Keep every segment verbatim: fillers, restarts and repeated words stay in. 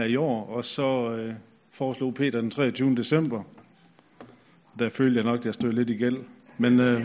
i år, og så øh, foreslog Peter den treogtyvende december. Der følte jeg nok, at jeg stod lidt i gæld. Men, øh,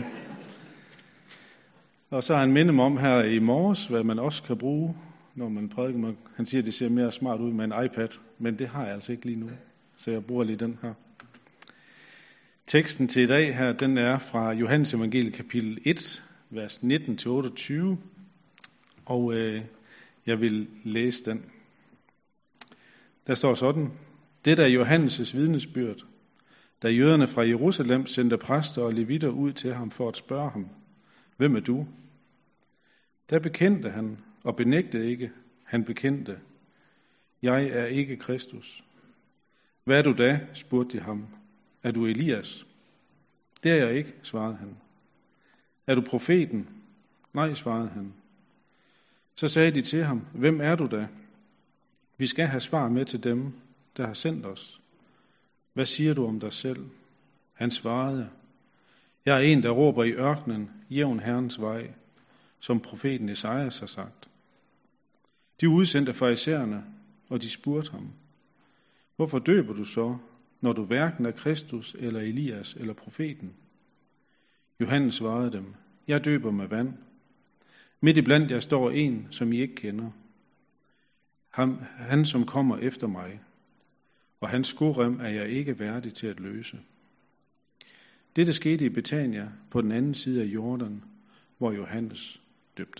og så har han mindet mig om her i morges, hvad man også kan bruge, når man prædiker. Han siger, at det ser mere smart ud med en iPad, men det har jeg altså ikke lige nu, så jeg bruger lige den her. Teksten til i dag her, den er fra Johannes Evangeliet kapitel et, vers nitten til otteogtyve, og øh, jeg vil læse den. Der står sådan: Det er Johannes' vidnesbyrd, da jøderne fra Jerusalem sendte præster og levitter ud til ham for at spørge ham: Hvem er du? Der bekendte han og benægtede ikke. Han bekendte: Jeg er ikke Kristus. Hvad er du da? Spurgte de ham. Er du Elias? Det er jeg ikke, svarede han. Er du profeten? Nej, svarede han. Så sagde de til ham: Hvem er du da? Vi skal have svar med til dem, der har sendt os. Hvad siger du om dig selv? Han svarede: Jeg er en, der råber i ørkenen, jævn Herrens vej, som profeten Esajas har sagt. De udsendte farisæerne, og de spurgte ham: Hvorfor døber du så, når du hverken er Kristus eller Elias eller profeten? Johannes svarede dem: Jeg døber med vand. Midt iblandt jer står en, som I ikke kender. Han, han som kommer efter mig, og hans skorem er jeg ikke værdig til at løse. Dette skete i Betania på den anden side af Jordan, hvor Johannes døbte.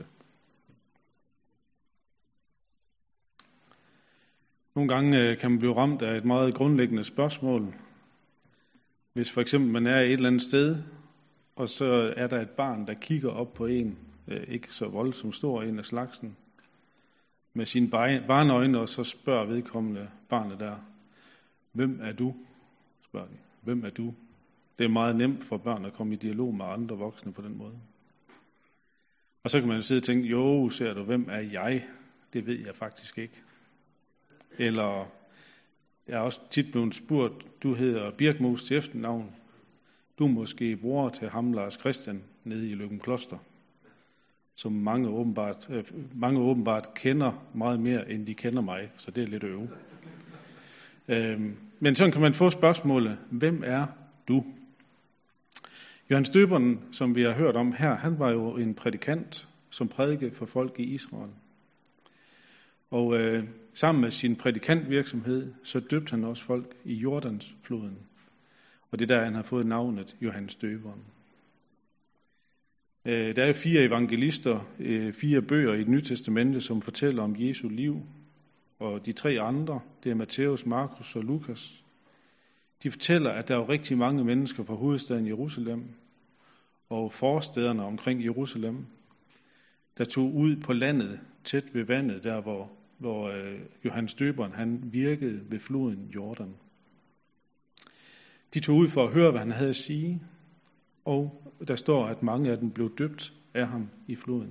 Nogle gange kan man blive ramt af et meget grundlæggende spørgsmål. Hvis for eksempel man er et eller andet sted, og så er der et barn, der kigger op på en, ikke så voldsomt stor en af slagsen, med sine barneøjne, og så spørger vedkommende barnet der: Hvem er du? Spørger de. Hvem er du? Det er meget nemt for børn at komme i dialog med andre voksne på den måde. Og så kan man sidde og tænke: Jo, ser du, hvem er jeg? Det ved jeg faktisk ikke. Eller jeg er også tit blevet spurgt: Du hedder Birkmos til efternavn. Du er måske bror til ham, Lars Christian, nede i Løgumkloster, som mange åbenbart, øh, mange åbenbart kender meget mere, end de kender mig. Så det er lidt øve. Øhm, men sådan kan man få spørgsmålet: Hvem er du? Johannes Døberen, som vi har hørt om her, han var jo en prædikant, som prædikede for folk i Israel. Og øh, sammen med sin prædikantvirksomhed, så døbte han også folk i Jordansfloden. Og det er der, han har fået navnet Johannes Døberen. Øh, der er fire evangelister, øh, fire bøger i Det Nye Testamente, som fortæller om Jesu liv. Og de tre andre, det er Matthæus, Markus og Lukas. De fortæller, at der er rigtig mange mennesker fra hovedstaden Jerusalem og forstederne omkring Jerusalem, der tog ud på landet, tæt ved vandet, der hvor, hvor øh, Johannes Døberen han virkede ved floden Jordan. De tog ud for at høre, hvad han havde at sige, og der står, at mange af dem blev døbt af ham i floden.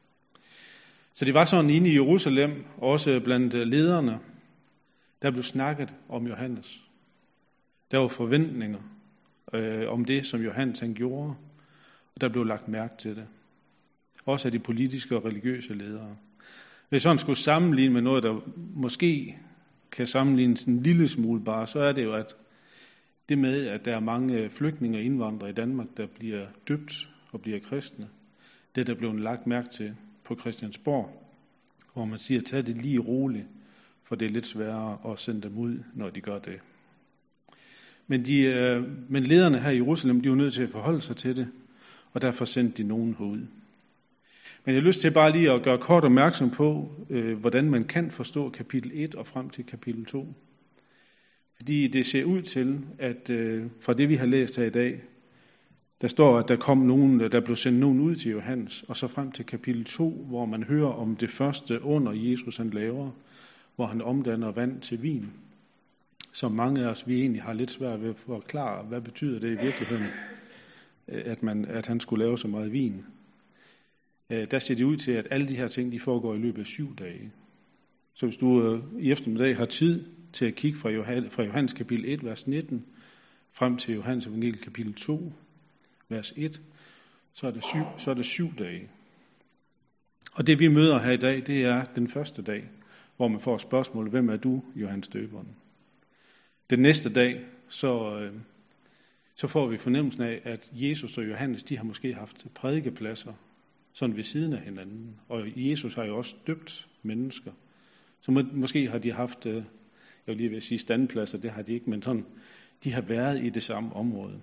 Så det var sådan inde i Jerusalem, også blandt lederne, der blev snakket om Johannes. Der var forventninger øh, om det, som Johannes han gjorde, og der blev lagt mærke til det. Også af de politiske og religiøse ledere. Hvis sådan skulle sammenligne med noget, der måske kan sammenlignes en lille smule bare, så er det jo, at det med, at der er mange flygtninge og indvandrere i Danmark, der bliver døbt og bliver kristne, det er der blevet lagt mærke til på Christiansborg, hvor man siger: tag det lige roligt, for det er lidt sværere at sende dem ud, når de gør det. Men, de, øh, men lederne her i Jerusalem, de er jo nødt til at forholde sig til det, og derfor sendte de nogen herud. Men jeg har lyst til bare lige at gøre kort opmærksom på, øh, hvordan man kan forstå kapitel et og frem til kapitel to. Fordi det ser ud til, at øh, fra det vi har læst her i dag, der står, at der kom nogen, der blev sendt nogen ud til Johannes, og så frem til kapitel to, hvor man hører om det første under Jesus han laver, hvor han omdanner vand til vin. Som mange af os, vi egentlig har lidt svært ved at forklare, hvad betyder det i virkeligheden, at, man, at han skulle lave så meget vin. Der ser det ud til, at alle de her ting, de foregår i løbet af syv dage. Så hvis du i eftermiddag har tid til at kigge fra Johannes, fra Johannes kapitel et, vers nitten, frem til Johannes Evangeliet kapitel to, vers et, så er det syv, så er det syv dage. Og det vi møder her i dag, det er den første dag, hvor man får spørgsmålet, hvem er du, Johannes Døberen? Den næste dag, så, øh, så får vi fornemmelsen af, at Jesus og Johannes, de har måske haft prædikepladser, sådan ved siden af hinanden. Og Jesus har jo også døbt mennesker. Så må, måske har de haft, øh, jeg vil lige vil sige standpladser, det har de ikke, men sådan, de har været i det samme område.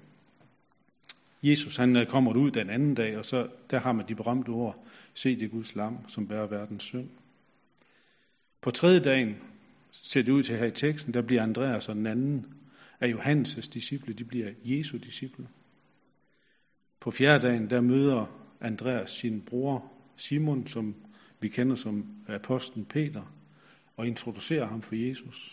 Jesus, han kommer ud den anden dag, og så der har man de berømte ord, se det Guds lam, som bærer verdens synd. På tredje dagen, ser det ud til her i teksten, der bliver Andreas og den anden af Johannes' disciple, de bliver Jesu disciple. På fjerde dagen, der møder Andreas sin bror Simon, som vi kender som apostlen Peter, og introducerer ham for Jesus.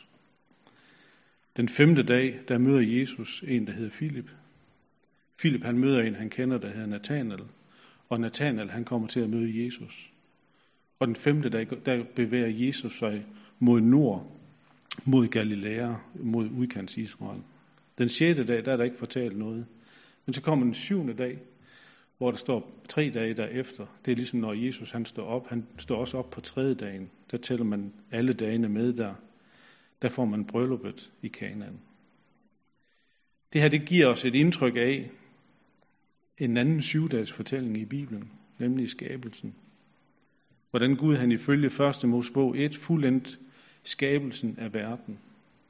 Den femte dag, der møder Jesus en, der hedder Filip. Filip, han møder en, han kender, der hedder Nathanael, og Nathanael, han kommer til at møde Jesus. Og den femte dag, der bevæger Jesus sig mod nord, mod Galilea, mod udkants Israel. Den sjette dag, der er der ikke fortalt noget. Men så kommer den syvende dag, hvor der står tre dage derefter. Det er ligesom når Jesus han står op. Han står også op på tredje dagen. Der tæller man alle dagene med der. Der får man brylluppet i Kanaan. Det her, det giver os et indtryk af en anden syvdags fortælling i Bibelen, nemlig skabelsen. Hvordan Gud han ifølge første Mosebog et fuldendt skabelsen af verden.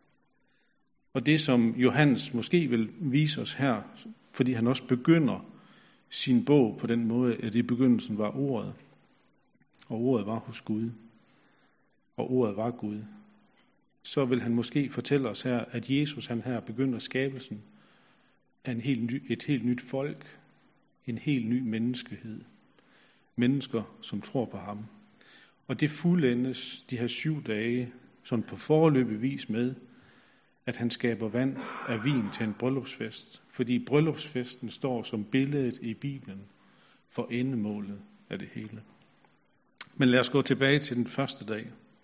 Og det som Johannes måske vil vise os her, fordi han også begynder sin bog på den måde, at i begyndelsen var ordet, og ordet var hos Gud, og ordet var Gud, så vil han måske fortælle os her, at Jesus han her begynder skabelsen af en helt ny, et helt nyt folk, en helt ny menneskehed. Mennesker, som tror på ham. Og det fuldendes de her syv dage, sådan på foreløbig vis med, at han skaber vand af vin til en bryllupsfest. Fordi bryllupsfesten står som billedet i Bibelen for endemålet af det hele. Men lad os gå tilbage til den første dag.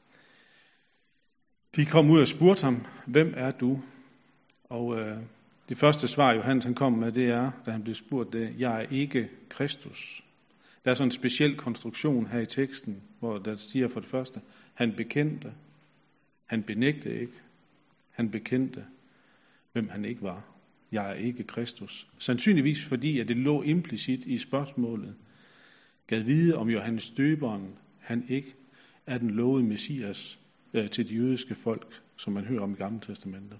De kom ud og spurgte ham, hvem er du? Og øh, det første svar, Johannes han kom med, det er, da han blev spurgt det, jeg er ikke Kristus. Der er sådan en speciel konstruktion her i teksten, hvor der siger for det første, han bekendte, han benægtede ikke, han bekendte, hvem han ikke var. Jeg er ikke Kristus. Sandsynligvis fordi, at det lå implicit i spørgsmålet, gad vide om Johannes Døberen, han ikke er den lovede Messias øh, til de jødiske folk, som man hører om i Gamle Testamentet.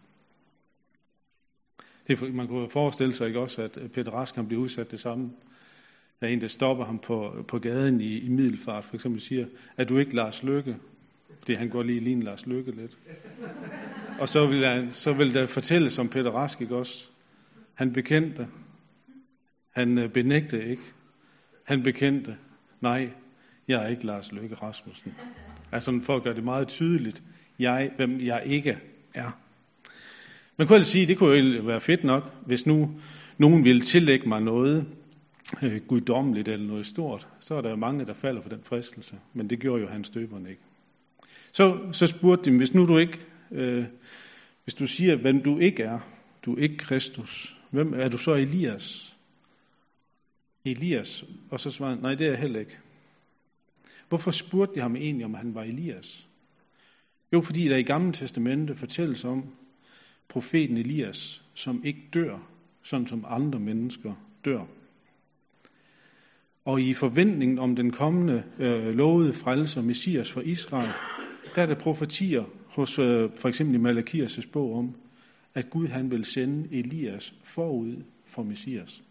Det, man kunne forestille sig ikke også, at Peter Rask kan blive udsat det samme. Der er en, der stopper ham på, på gaden i, i Middelfart, for eksempel siger, er du ikke Lars Løkke? Fordi han går lige ligne Lars Løkke lidt. Og så vil, han, så vil der fortælle som Peter Rask, ikke også? Han bekendte. Han benægtede ikke. Han bekendte. Nej, jeg er ikke Lars Løkke Rasmussen. Altså for at gøre det meget tydeligt, jeg, hvem jeg ikke er. Man kunne altså sige, det kunne jo være fedt nok, hvis nu nogen ville tillægge mig noget øh, guddommeligt eller noget stort, så er der jo mange, der falder for den fristelse. Men det gjorde Johannes Døberen ikke. Så, så spurgte de, hvis nu du ikke, øh, hvis du siger, hvem du ikke er, du er ikke Kristus, hvem er du så Elias? Elias, og så svarede nej, det er jeg heller ikke. Hvorfor spurgte de ham egentlig, om han var Elias? Jo, fordi der i Gamle Testamente fortælles om profeten Elias, som ikke dør, sådan som andre mennesker dør. Og i forventningen om den kommende øh, lovede frelser, Messias for Israel, der er der profetier hos øh, for eksempel i Malakias' bog om, at Gud han vil sende Elias forud for Messias.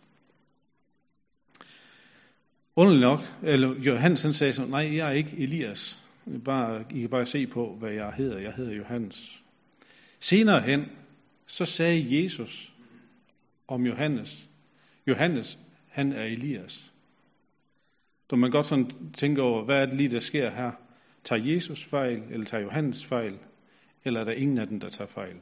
Underligt nok, eller Johannes han sagde så, nej, jeg er ikke Elias. Bare, I kan bare se på, hvad jeg hedder. Jeg hedder Johannes. Senere hen, så sagde Jesus om Johannes, Johannes, han er Elias. Da man godt sådan tænker over, hvad er det lige, der sker her? Tager Jesus fejl, eller tager Johannes fejl, eller er der ingen af dem, der tager fejl?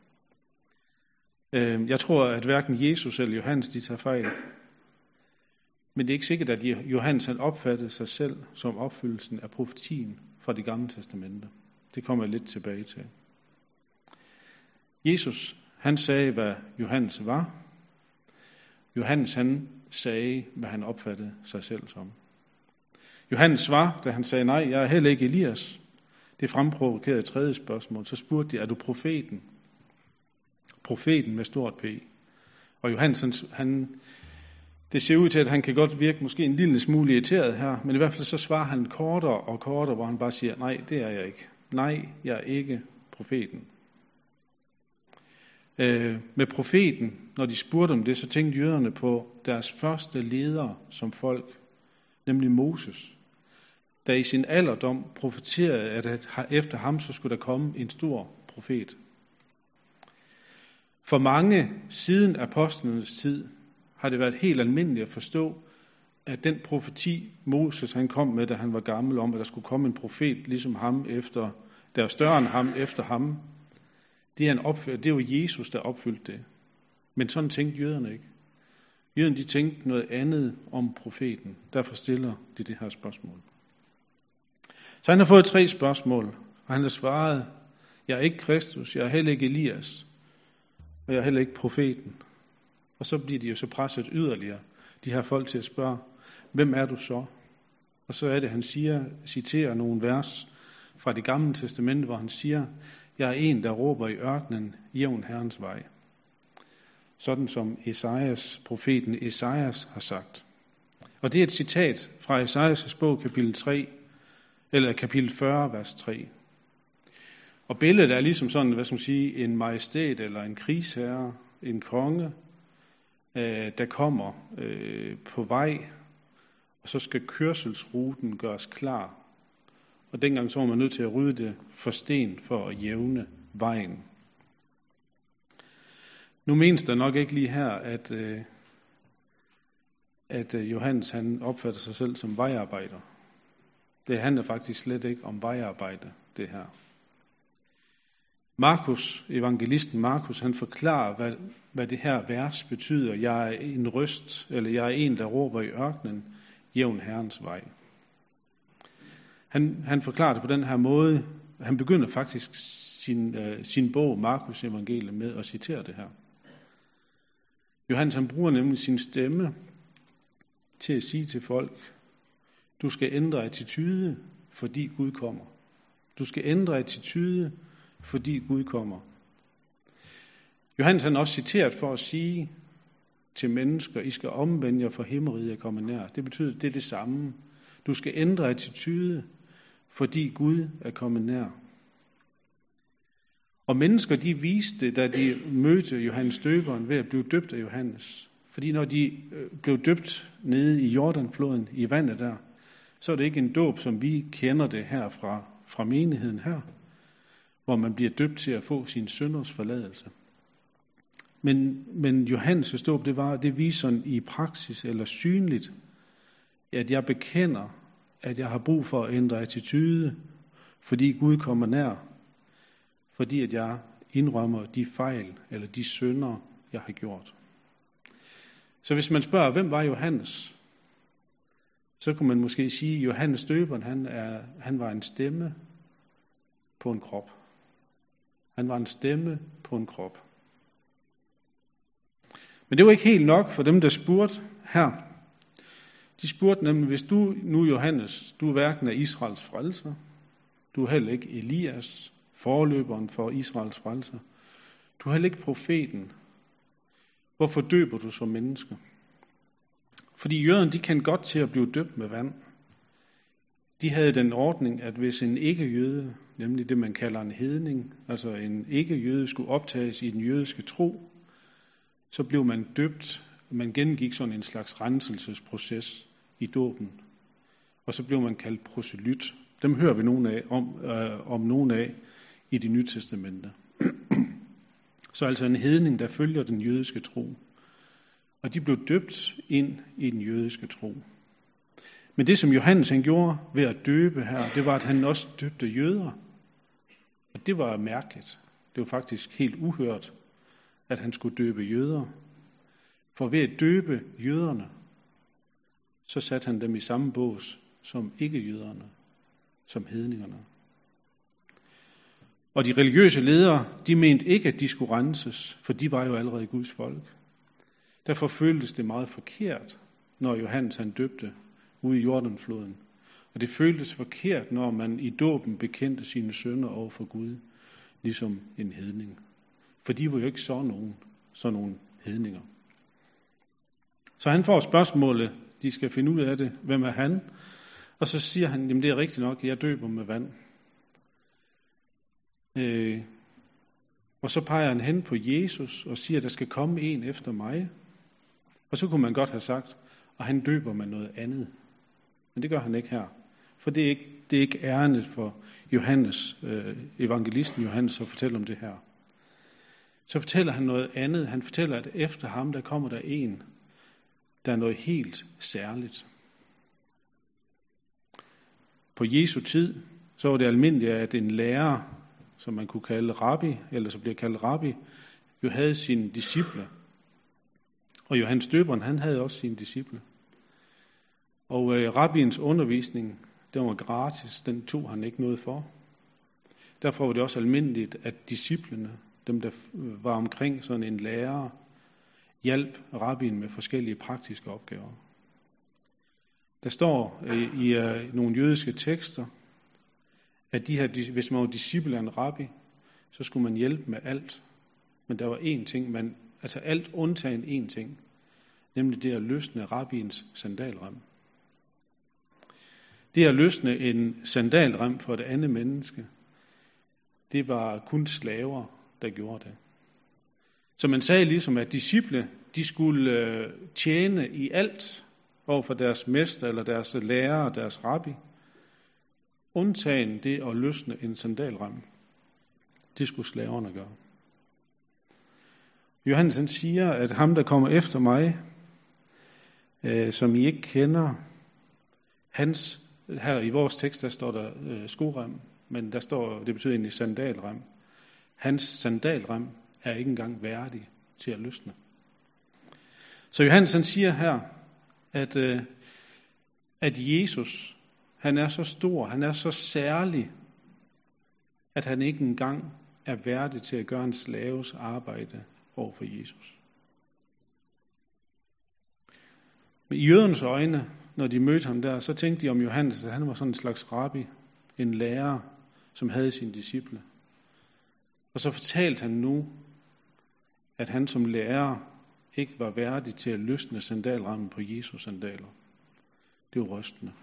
Jeg tror, at hverken Jesus eller Johannes, de tager fejl. Men det er ikke sikkert, at Johannes han opfattede sig selv som opfyldelsen af profetien fra det Gamle Testamente. Det kommer jeg lidt tilbage til. Jesus, han sagde, hvad Johannes var. Johannes, han sagde, hvad han opfattede sig selv som. Johannes var, da han sagde, nej, jeg er heller ikke Elias. det fremprovokerede tredje spørgsmål. Så spurgte de, er du profeten? Profeten med stort P. Og Johannes, han, han, det ser ud til, at han kan godt virke måske en lille smule irriteret her, men i hvert fald så svarer han kortere og kortere, hvor han bare siger, nej, det er jeg ikke. Nej, jeg er ikke profeten. Øh, med profeten, når de spurgte om det, så tænkte jøderne på deres første leder som folk, nemlig Moses, der i sin alderdom profeterede, at efter ham så skulle der komme en stor profet. For mange siden apostlenes tid har det været helt almindeligt at forstå, at den profeti Moses han kom med, da han var gammel, om at der skulle komme en profet ligesom ham efter, der er større end ham efter ham, det er, en opfyldt, det er jo Jesus, der opfyldte det. Men sådan tænkte jøderne ikke. Jøderne de tænkte noget andet om profeten. Derfor stiller de det her spørgsmål. Så han har fået tre spørgsmål, og han har svaret, jeg er ikke Kristus, jeg er heller ikke Elias, og jeg er heller ikke profeten. Og så bliver de jo så presset yderligere, de her folk til at spørge, hvem er du så? Og så er det, han siger, citerer nogle vers fra det gamle testamente, hvor han siger, jeg er en, der råber i ørkenen, jævn Herrens vej. Sådan som Esajas, profeten Esajas har sagt. Og det er et citat fra Esajas' bog, kapitel tre, eller kapitel fyrre, vers tre. Og billedet er ligesom sådan, hvad skal man sige, en majestæt eller en krigsherre, en konge, øh, der kommer øh, på vej, og så skal kørselsruten gøres klar. Og dengang så var man nødt til at rydde det for sten for at jævne vejen. Nu menes der nok ikke lige her, at, øh, at Johannes han opfatter sig selv som vejarbejder. Det handler faktisk slet ikke om vejarbejde, det her. Markus, evangelisten Markus, han forklarer, hvad, hvad det her vers betyder. Jeg er en røst, eller jeg er en, der råber i ørkenen, jævn Herrens vej. Han, han forklarer det på den her måde. Han begynder faktisk sin, øh, sin bog, Markus evangeliet, med at citere det her. Johannes han bruger nemlig sin stemme til at sige til folk, du skal ændre attitude, fordi Gud kommer. Du skal ændre attitude, fordi Gud kommer. Johannes han er også citeret for at sige til mennesker, I skal omvende jer, for himmeriget er kommet nær. Det betyder, det er det samme. Du skal ændre attitude, fordi Gud er kommet nær. Og mennesker, de viste, da de mødte Johannes døberen ved at blive døbt af Johannes. Fordi når de blev døbt nede i Jordanfloden, i vandet der, så er det ikke en dåb, som vi kender det her fra, fra menigheden her, hvor man bliver døbt til at få sin synders forladelse. Men, men Johannes' dåb, det var, det viser i praksis eller synligt, at jeg bekender, at jeg har brug for at ændre attitude, fordi Gud kommer nær, fordi at jeg indrømmer de fejl eller de synder, jeg har gjort. Så hvis man spørger, hvem var Johannes, så kunne man måske sige, at Johannes døberen, han, er, han var en stemme på en krop. Han var en stemme på en krop. Men det var ikke helt nok for dem, der spurgte her. De spurgte nemlig, hvis du nu, Johannes, du er hverken af Israels frelser, du er heller ikke Elias, forløberen for Israels frelser, du er heller ikke profeten, hvorfor døber du som menneske? Fordi jøderne, de kan godt til at blive døbt med vand. De havde den ordning, at hvis en ikke-jøde, nemlig det man kalder en hedning, altså en ikke-jøde skulle optages i den jødiske tro, så blev man døbt, man gennemgik sådan en slags renselsesproces i dåben. Og så blev man kaldt proselyt. Dem hører vi nogen af, om, øh, om nogen af i Det Nye Testamente. Så altså en hedning, der følger den jødiske tro. Og de blev døbt ind i den jødiske tro. Men det, som Johannes han gjorde ved at døbe her, det var, at han også døbte jøder. Og det var mærkeligt. Det var faktisk helt uhørt, at han skulle døbe jøder. For ved at døbe jøderne, så satte han dem i samme bås som ikke-jøderne, som hedningerne. Og de religiøse ledere, de mente ikke, at de skulle renses, for de var jo allerede Guds folk. Derfor føltes det meget forkert, når Johannes han døbte ude i Jordanfloden. Og det føltes forkert, når man i dåben bekendte sine synder over for Gud, ligesom en hedning. For de var jo ikke sådan nogen, sådan nogle hedninger. Så han får spørgsmålet, de skal finde ud af det, hvem er han? Og så siger han, jamen det er rigtigt nok, jeg døber med vand. Øh, og så peger han hen på Jesus og siger, at der skal komme en efter mig. Og så kunne man godt have sagt, og han døber med noget andet. Men det gør han ikke her. For det er ikke, det er ikke ærendet for Johannes, øh, evangelisten Johannes, at fortælle om det her. Så fortæller han noget andet. Han fortæller, at efter ham, der kommer der en, der er noget helt særligt. På Jesu tid, så var det almindeligt, at en lærer, som man kunne kalde rabbi, eller så bliver kaldt rabbi, jo havde sine disciple. Og Johannes Døberen, han havde også sine disciple. Og øh, rabbiens undervisning, den var gratis, den tog han ikke noget for. Derfor var det også almindeligt, at disciplene, dem der var omkring sådan en lærer, hjalp rabbien med forskellige praktiske opgaver. Der står øh, i øh, nogle jødiske tekster, at de her, hvis man var disciple af en rabbi, så skulle man hjælpe med alt. Men der var én ting, man, altså alt undtagen én ting, nemlig det at løsne rabbiens sandalrem. Det at løsne en sandalrem for et andet menneske, det var kun slaver, der gjorde det. Så man sagde ligesom, at disciple, de skulle tjene i alt over for deres mester, eller deres lærer, deres rabbi. Undtagen det at løsne en sandalrem. Det skulle slaverne gøre. Johannes han siger, at ham, der kommer efter mig, øh, som I ikke kender, hans, her i vores tekst, der står der øh, skorem, men der står, det betyder egentlig sandalrem. Hans sandalrem er ikke engang værdig til at løsne. Så Johannes han siger her, at, øh, at Jesus, han er så stor, han er så særlig, at han ikke engang er værdig til at gøre en slaves arbejde over for Jesus. Men i jødernes øjne, når de mødte ham der, så tænkte de om Johannes, at han var sådan en slags rabbi, en lærer, som havde sine disciple. Og så fortalte han nu, at han som lærer ikke var værdig til at løsne sandalrammen på Jesus sandaler. Det var rystende.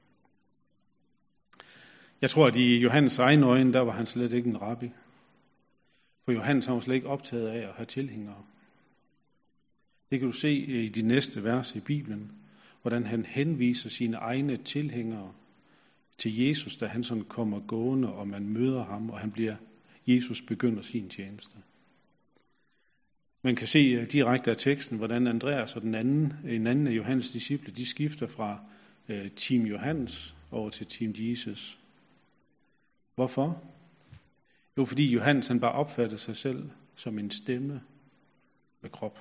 Jeg tror, at i Johannes egen øjne, der var han slet ikke en rabbi. For Johannes var slet ikke optaget af at have tilhængere. Det kan du se i de næste vers i Bibelen, hvordan han henviser sine egne tilhængere til Jesus, da han sådan kommer gående, og man møder ham, og han bliver, Jesus begynder sin tjeneste. Man kan se direkte af teksten, hvordan Andreas og den anden, en anden af Johannes disciple, de skifter fra øh, Team Johannes over til Team Jesus. Hvorfor? Jo, fordi Johannes han bare opfattede sig selv som en stemme med krop.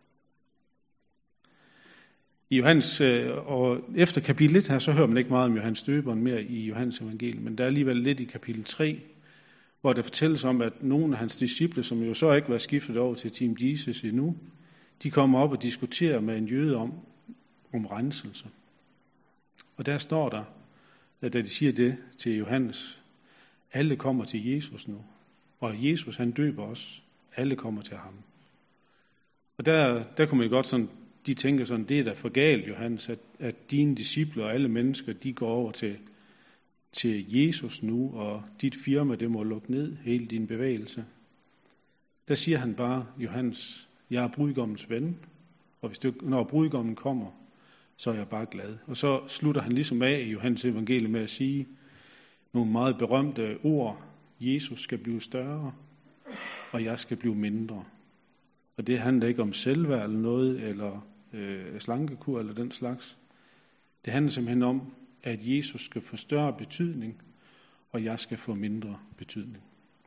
I Johannes, og efter kapitel et her, så hører man ikke meget om Johannes Døberen mere i Johannes evangeliet, men der er alligevel lidt i kapitel tre, hvor der fortælles om, at nogle af hans disciple, som jo så ikke var skiftet over til Team Jesus endnu, de kommer op og diskuterer med en jøde om, om renselse. Og der står der, at da de siger det til Johannes, alle kommer til Jesus nu, og Jesus han døber os, alle kommer til ham. Og der, der kunne man godt sådan, de tænker sådan, det er da for galt, Johannes, at, at dine disciple og alle mennesker, de går over til, til Jesus nu, og dit firma, det må lukke ned, hele din bevægelse. Der siger han bare, Johannes, jeg er brudgommens ven, og hvis det, når brudgommen kommer, så er jeg bare glad. Og så slutter han ligesom af i Johannes evangeliet med at sige nogle meget berømte ord. Jesus skal blive større, og jeg skal blive mindre. Og det handler ikke om selvværd eller noget, eller øh, slankekur eller den slags. Det handler simpelthen om, at Jesus skal få større betydning, og jeg skal få mindre betydning.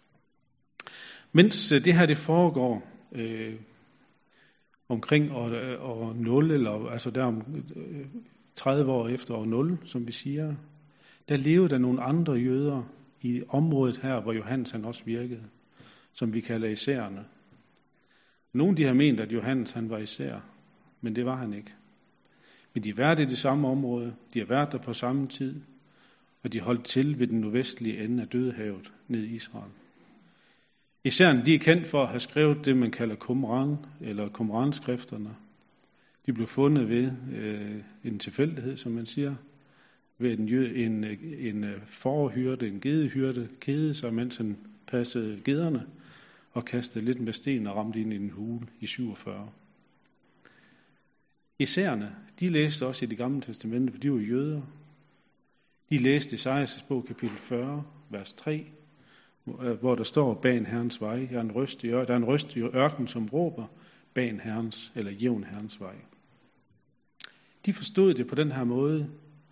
Mens det her det foregår øh, omkring år, år nul, eller altså der om øh, tredive år efter år nul, som vi siger, der levede der nogle andre jøder i området her, hvor Johannes han også virkede, som vi kalder isærerne. Nogle de har ment, at Johannes han var især, men det var han ikke. Men de har været i det samme område, de har været der på samme tid, og de holdt til ved den nordvestlige ende af Dødehavet ned i Israel. Især de er kendt for at have skrevet det, man kalder Qumran, eller Qumran-skrifterne. De blev fundet ved øh, en tilfældighed, som man siger, ved en, en, en forhyrte, en gedehyrde, kede sig, mens han passede gederne, og kastede lidt med sten og ramte ind i en hule i syvogfyrre. Esaierne, de læste også i Det Gamle Testamente, for de var jøder. De læste Esajas bog kapitel fyrre, vers tre, hvor der står, ban Herrens vej. Der er en røst i, ør, der er en røst i ørken, som råber, ban Herrens, eller jævn Herrens vej. De forstod det på den her måde.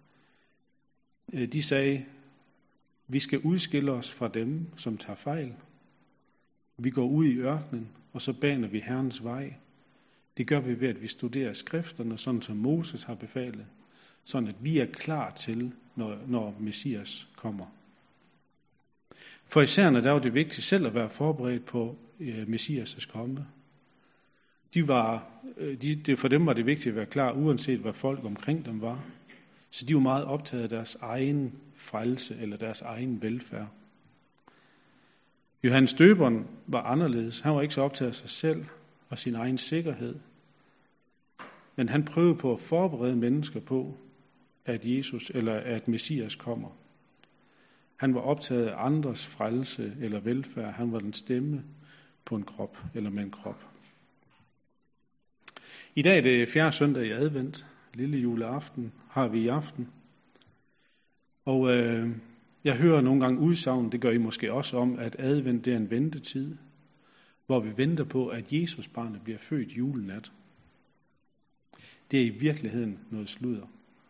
De sagde, vi skal udskille os fra dem, som tager fejl. Vi går ud i ørkenen, og så baner vi Herrens vej. Det gør vi ved, at vi studerer skrifterne, sådan som Moses har befalet, sådan at vi er klar til, når, når Messias kommer. For især der var det vigtigt selv at være forberedt på uh, Messias' komme. De var, de, det, for dem var det vigtigt at være klar, uanset hvad folk omkring dem var. Så de var meget optaget af deres egen frelse eller deres egen velfærd. Johannes Døberen var anderledes. Han var ikke så optaget af sig selv og sin egen sikkerhed. Men han prøvede på at forberede mennesker på, at Jesus eller at Messias kommer. Han var optaget af andres frelse eller velfærd. Han var den stemme på en krop eller med en krop. I dag er det fjerde søndag i advent. Lille juleaften har vi i aften. Og øh, jeg hører nogle gange udsagn, det gør I måske også om, at advent det er en ventetid, hvor vi venter på, at Jesus barnet bliver født julenat. Det er i virkeligheden noget sludder.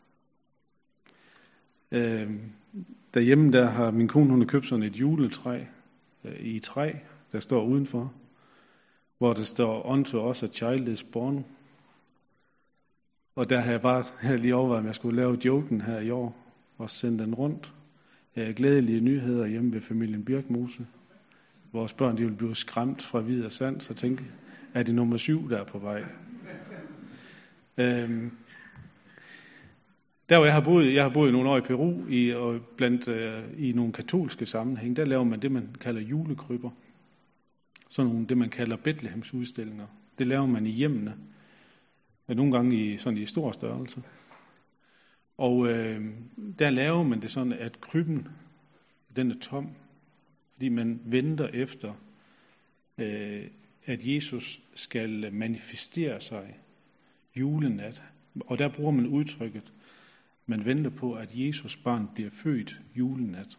Øh, derhjemme der har min kone hun har købt sådan et juletræ øh, i træ, der står udenfor, hvor der står unto us a child is born. Og der har jeg bare her lige overvejet, at jeg skulle lave joken her i år og sende den rundt. Ja, glædelige nyheder hjemme ved familien Birkmose. Vores børn de vil blive skræmt fra vid og sans og tænke, er det nummer syv, der er på vej? øhm, der hvor jeg har boet, jeg har boet nogle år i Peru, i, og blandt øh, i nogle katolske sammenhæng, der laver man det, man kalder julekryber. Sådan nogle, det man kalder Betlehems udstillinger. Det laver man i hjemmene. Nogle gange i, sådan i stor størrelse. Og øh, der laver man det sådan, at krybben, den er tom, fordi man venter efter, øh, at Jesus skal manifestere sig julenat. Og der bruger man udtrykket, man venter på, at Jesus barn bliver født julenat.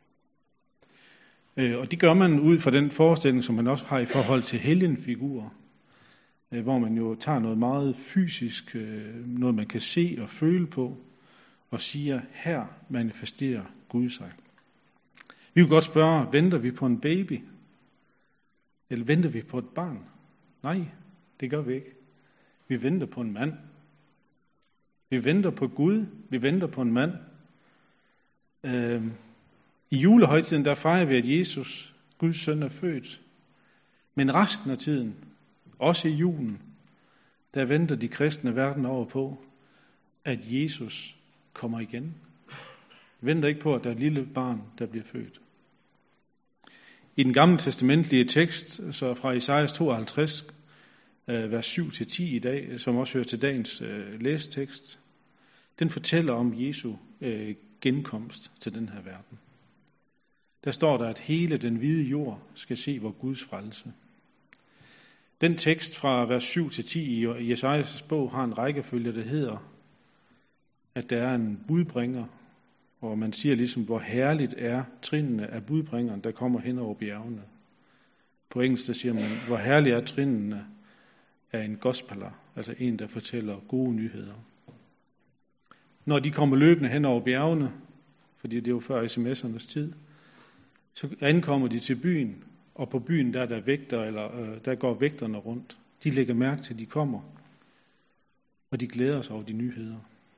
Øh, og det gør man ud fra den forestilling, som man også har i forhold til helgenfigurer, hvor man jo tager noget meget fysisk, noget man kan se og føle på, og siger, her manifesterer Gud sig. Vi kan godt spørge, venter vi på en baby? Eller venter vi på et barn? Nej, det gør vi ikke. Vi venter på en mand. Vi venter på Gud. Vi venter på en mand. Øh, I julehøjtiden, der fejrer vi, at Jesus, Guds søn, er født. Men resten af tiden, også i julen, der venter de kristne verden over på, at Jesus kommer igen. Venter ikke på, at der er et lille barn, der bliver født. I den gamle testamentlige tekst, så fra Esajas tooghalvtreds, vers syv til ti i dag, som også hører til dagens læsetekst, den fortæller om Jesu genkomst til den her verden. Der står der, at hele den hvide jord skal se vor Guds frelse. Den tekst fra vers syv til ti i Esajas bog har en rækkefølge, der hedder, at der er en budbringer, og man siger ligesom, hvor herligt er trinene af budbringeren, der kommer hen over bjergene. På engelsk der siger man, hvor herligt er trinene af en gospeler, altså en, der fortæller gode nyheder. Når de kommer løbende hen over bjergene, fordi det er jo før sms'ernes tid, så ankommer de til byen, og på byen der er der vægter, eller øh, der går vægterne rundt. De lægger mærke til, at de kommer, og de glæder sig over de nyheder.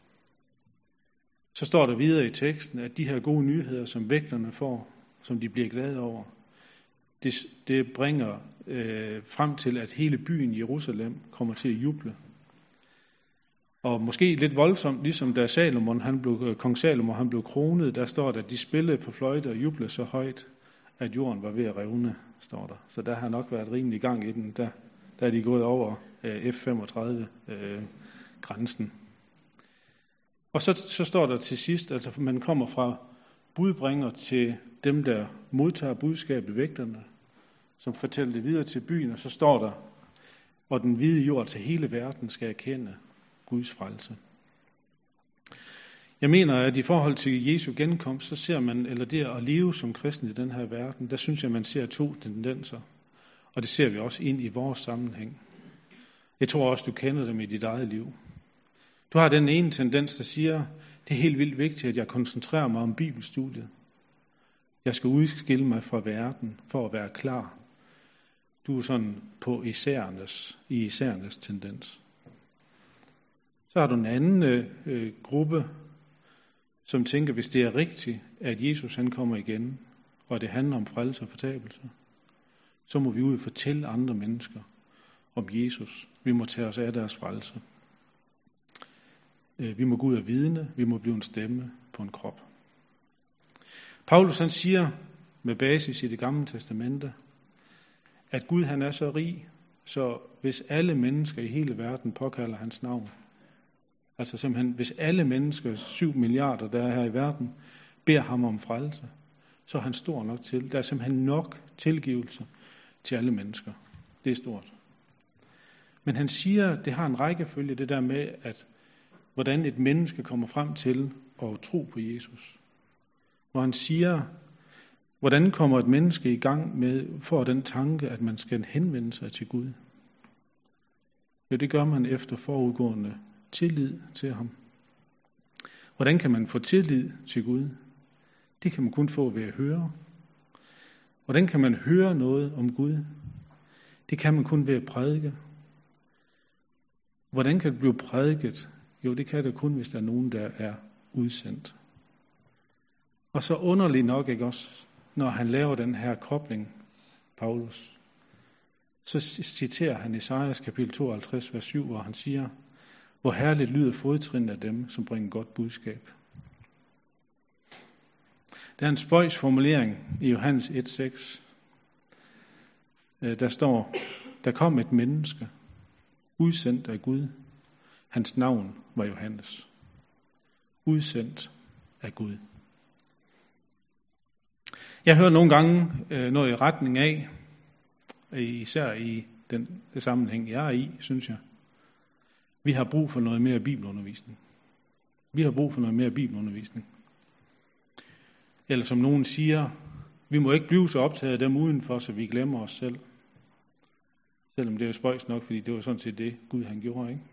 Så står der videre i teksten, at de her gode nyheder, som vægterne får, som de bliver glade over, det, det bringer øh, frem til, at hele byen Jerusalem kommer til at juble. Og måske lidt voldsomt, ligesom da Salomon, han blev, kong Salomon han blev kronet, der står der, at de spillede på fløjte og jublede så højt, at jorden var ved at revne, står der. Så der har nok været rimelig gang i den. Der, der er de gået over øh, F femogtredive-grænsen. Øh, og så, så står der til sidst, at altså, man kommer fra budbringer til dem, der modtager budskabet, vægterne, som fortæller det videre til byen, og så står der, og den hvide jord til hele verden skal erkende Guds frelse. Jeg mener, at i forhold til Jesu genkomst, så ser man, eller det at leve som kristen i den her verden, der synes jeg, man ser to tendenser. Og det ser vi også ind i vores sammenhæng. Jeg tror også, du kender dem i dit eget liv. Du har den ene tendens, der siger, det er helt vildt vigtigt, at jeg koncentrerer mig om bibelstudiet. Jeg skal udskille mig fra verden for at være klar. Du er sådan på isærnes, i isærnes tendens. Så har du en anden øh, gruppe, som tænker, hvis det er rigtigt, at Jesus han kommer igen, og det handler om frelse og fortabelse, så må vi ud og fortælle andre mennesker om Jesus. Vi må tage os af deres frelse. Vi må gå ud og vidne, vi må blive en stemme på en krop. Paulus han siger med basis i det gamle testamente, at Gud han er så rig, så hvis alle mennesker i hele verden påkalder hans navn, altså simpelthen hvis alle mennesker, syv milliarder der er her i verden, beder ham om frelse, så er han stor nok til. Der er simpelthen nok tilgivelse til alle mennesker. Det er stort. Men han siger, det har en rækkefølge, det der med, at hvordan et menneske kommer frem til at tro på Jesus. Hvor han siger, hvordan kommer et menneske i gang med, for den tanke, at man skal henvende sig til Gud. Jo, det gør man efter forudgående tillid til ham. Hvordan kan man få tillid til Gud? Det kan man kun få ved at høre. Hvordan kan man høre noget om Gud? Det kan man kun ved at prædike. Hvordan kan det blive prædiket? Jo, det kan det kun, hvis der er nogen, der er udsendt. Og så underligt nok, ikke også, når han laver den her kobling, Paulus, så citerer han Esajas kapitel tooghalvtreds, vers syv, hvor han siger, hvor herligt lyder fodtrin af dem, som bringer godt budskab. Der er en spøjs formulering i Johannes et seks. Der står, der kom et menneske, udsendt af Gud. Hans navn var Johannes. Udsendt af Gud. Jeg hører nogle gange øh, noget i retning af, især i den sammenhæng, jeg er i, synes jeg. Vi har brug for noget mere bibelundervisning. Vi har brug for noget mere bibelundervisning. Eller som nogen siger, vi må ikke blive så optaget af dem udenfor, så vi glemmer os selv. Selvom det er spøjs nok, fordi det var sådan set det, Gud han gjorde, ikke?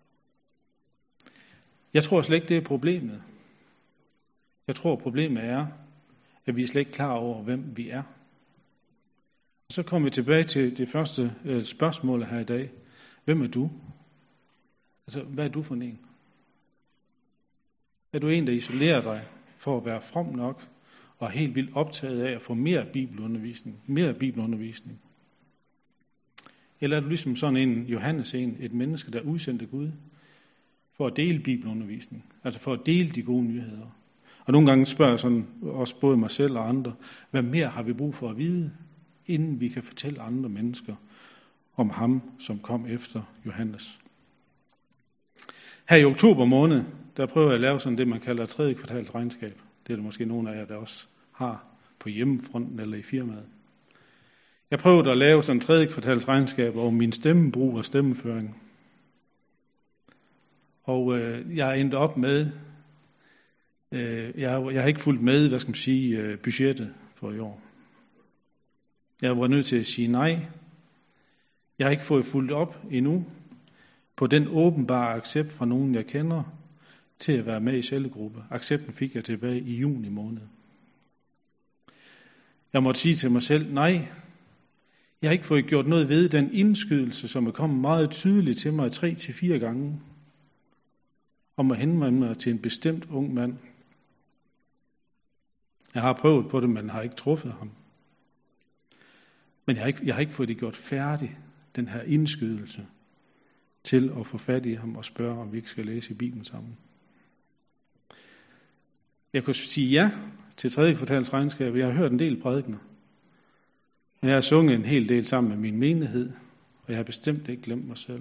Jeg tror slet ikke, det er problemet. Jeg tror, problemet er, at vi er slet ikke klar over, hvem vi er. Og så kommer vi tilbage til det første øh, spørgsmål her i dag. Hvem er du? Altså, hvad er du for en? Er du en, der isolerer dig for at være from nok, og helt vildt optaget af at få mere bibelundervisning? Mere bibelundervisning? Eller er du ligesom sådan en Johannes, en, et menneske, der udsendte Gud for at dele bibelundervisning? Altså for at dele de gode nyheder. Og nogle gange spørger jeg sådan, også både mig selv og andre, hvad mere har vi brug for at vide, inden vi kan fortælle andre mennesker om ham, som kom efter Johannes. Her i oktober måned, der prøver jeg at lave sådan det, man kalder tredje kvartals regnskab. Det er der måske nogle af jer, der også har på hjemmefronten eller i firmaet. Jeg prøvede at lave sådan en tredje kvartals regnskab over min stemmebrug og stemmeføring. Og øh, jeg endte op med, øh, jeg, jeg har ikke fulgt med, hvad skal man sige, øh, budgettet for i år. Jeg var nødt til at sige nej. Jeg har ikke fået fulgt op endnu på den åbenbare accept fra nogen, jeg kender, til at være med i cellegruppe. Accepten fik jeg tilbage i juni måned. Jeg måtte sige til mig selv, nej, jeg har ikke fået gjort noget ved den indskydelse, som er kommet meget tydeligt til mig tre til fire gange, om at henvende mig til en bestemt ung mand. Jeg har prøvet på det, men har ikke truffet ham. Men jeg har ikke, jeg har ikke fået det gjort færdigt, den her indskydelse, til at få fat i ham og spørge, om vi ikke skal læse i Bibelen sammen. Jeg kunne sige ja til tredje kvartals regnskab. Jeg har hørt en del prædikener. Jeg har sunget en hel del sammen med min menighed, og jeg har bestemt ikke glemt mig selv.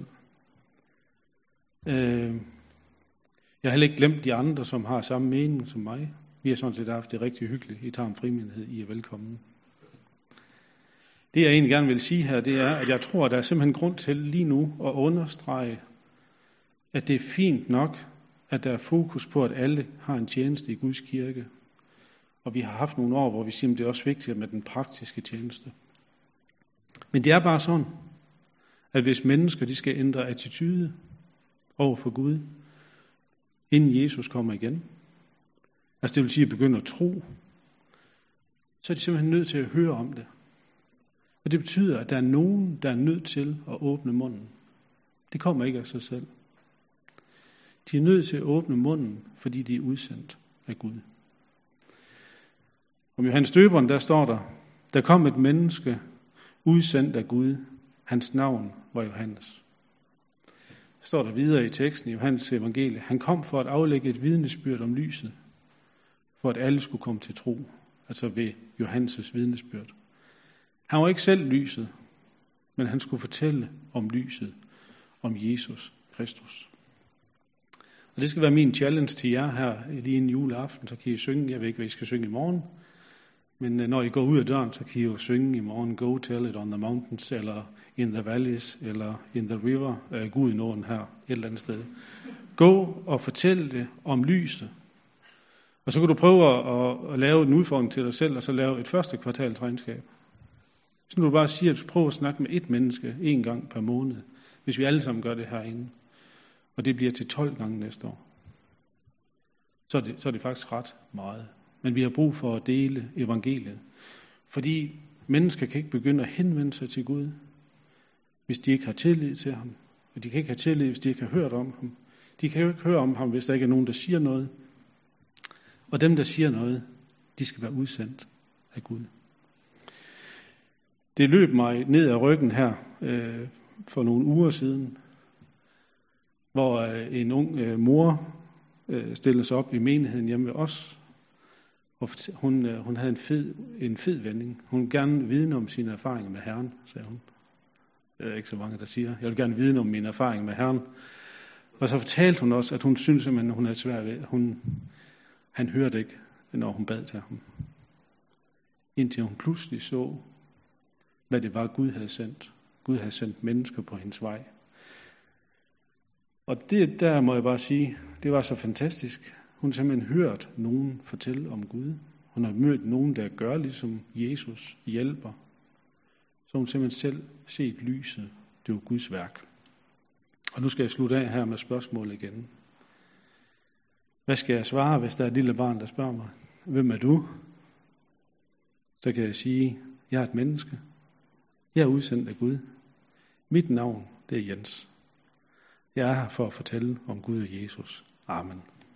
Jeg har heller ikke glemt de andre, som har samme mening som mig. Vi har sådan set haft det rigtig hyggeligt i Tarm Frimenighed. I er velkommen. Det jeg egentlig gerne vil sige her, det er, at jeg tror, at der er simpelthen grund til lige nu at understrege, at det er fint nok, at der er fokus på, at alle har en tjeneste i Guds kirke. Og vi har haft nogle år, hvor vi siger, at det er også vigtigt med den praktiske tjeneste. Men det er bare sådan, at hvis mennesker de skal ændre attitude over for Gud, inden Jesus kommer igen, altså det vil sige at begynde at tro, så er de simpelthen nødt til at høre om det. Og det betyder, at der er nogen, der er nødt til at åbne munden. Det kommer ikke af sig selv. De er nødt til at åbne munden, fordi de er udsendt af Gud. Om Johannes Døberen, der står der, der kom et menneske udsendt af Gud. Hans navn var Johannes. Der står der videre i teksten i Johannes evangelie. Han kom for at aflægge et vidnesbyrd om lyset, for at alle skulle komme til tro. Altså ved Johannes' vidnesbyrd. Han var ikke selv lyset, men han skulle fortælle om lyset, om Jesus Kristus. Og det skal være min challenge til jer her lige inden juleaften, så kan I synge. Jeg ved ikke, hvad I skal synge i morgen, men når I går ud af døren, så kan I jo synge i morgen. Go tell it on the mountains, eller in the valleys, eller in the river. Uh, Gud i Norden her, et eller andet sted. Gå og fortæl det om lyset. Og så kan du prøve at, at lave en udfordring til dig selv, og så lave et første kvartals regnskab. Så nu du bare siger, at du prøver at snakke med et menneske en gang per måned, hvis vi alle sammen gør det herinde. Og det bliver til tolv gange næste år. Så er, det, så er det faktisk ret meget. Men vi har brug for at dele evangeliet. Fordi mennesker kan ikke begynde at henvende sig til Gud, hvis de ikke har tillid til ham. Og de kan ikke have tillid, hvis de ikke har hørt om ham. De kan jo ikke høre om ham, hvis der ikke er nogen, der siger noget. Og dem, der siger noget, de skal være udsendt af Gud. Det løb mig ned ad ryggen her øh, for nogle uger siden, hvor øh, en ung øh, mor øh, stillede sig op i menigheden hjemme ved os. Og hun, øh, hun havde en fed, en fed vending. Hun ville gerne vidne om sine erfaringer med Herren, sagde hun. Det er ikke så mange, der siger. Jeg vil gerne vidne om mine erfaringer med Herren. Og så fortalte hun også, at hun synes simpelthen, at hun er svær ved. Hun, han hørte ikke, når hun bad til ham. Indtil hun pludselig så, hvad det var, Gud havde sendt. Gud havde sendt mennesker på hendes vej. Og det der må jeg bare sige, det var så fantastisk. Hun har simpelthen hørt nogen fortælle om Gud. Hun har mødt nogen, der gør ligesom Jesus hjælper. Så hun simpelthen selv set lyset. Det var Guds værk. Og nu skal jeg slutte af her med spørgsmål igen. Hvad skal jeg svare, hvis der er et lille barn, der spørger mig? Hvem er du? Så kan jeg sige, jeg er et menneske. Jeg er udsendt af Gud. Mit navn, det er Jens. Jeg er her for at fortælle om Gud og Jesus. Amen.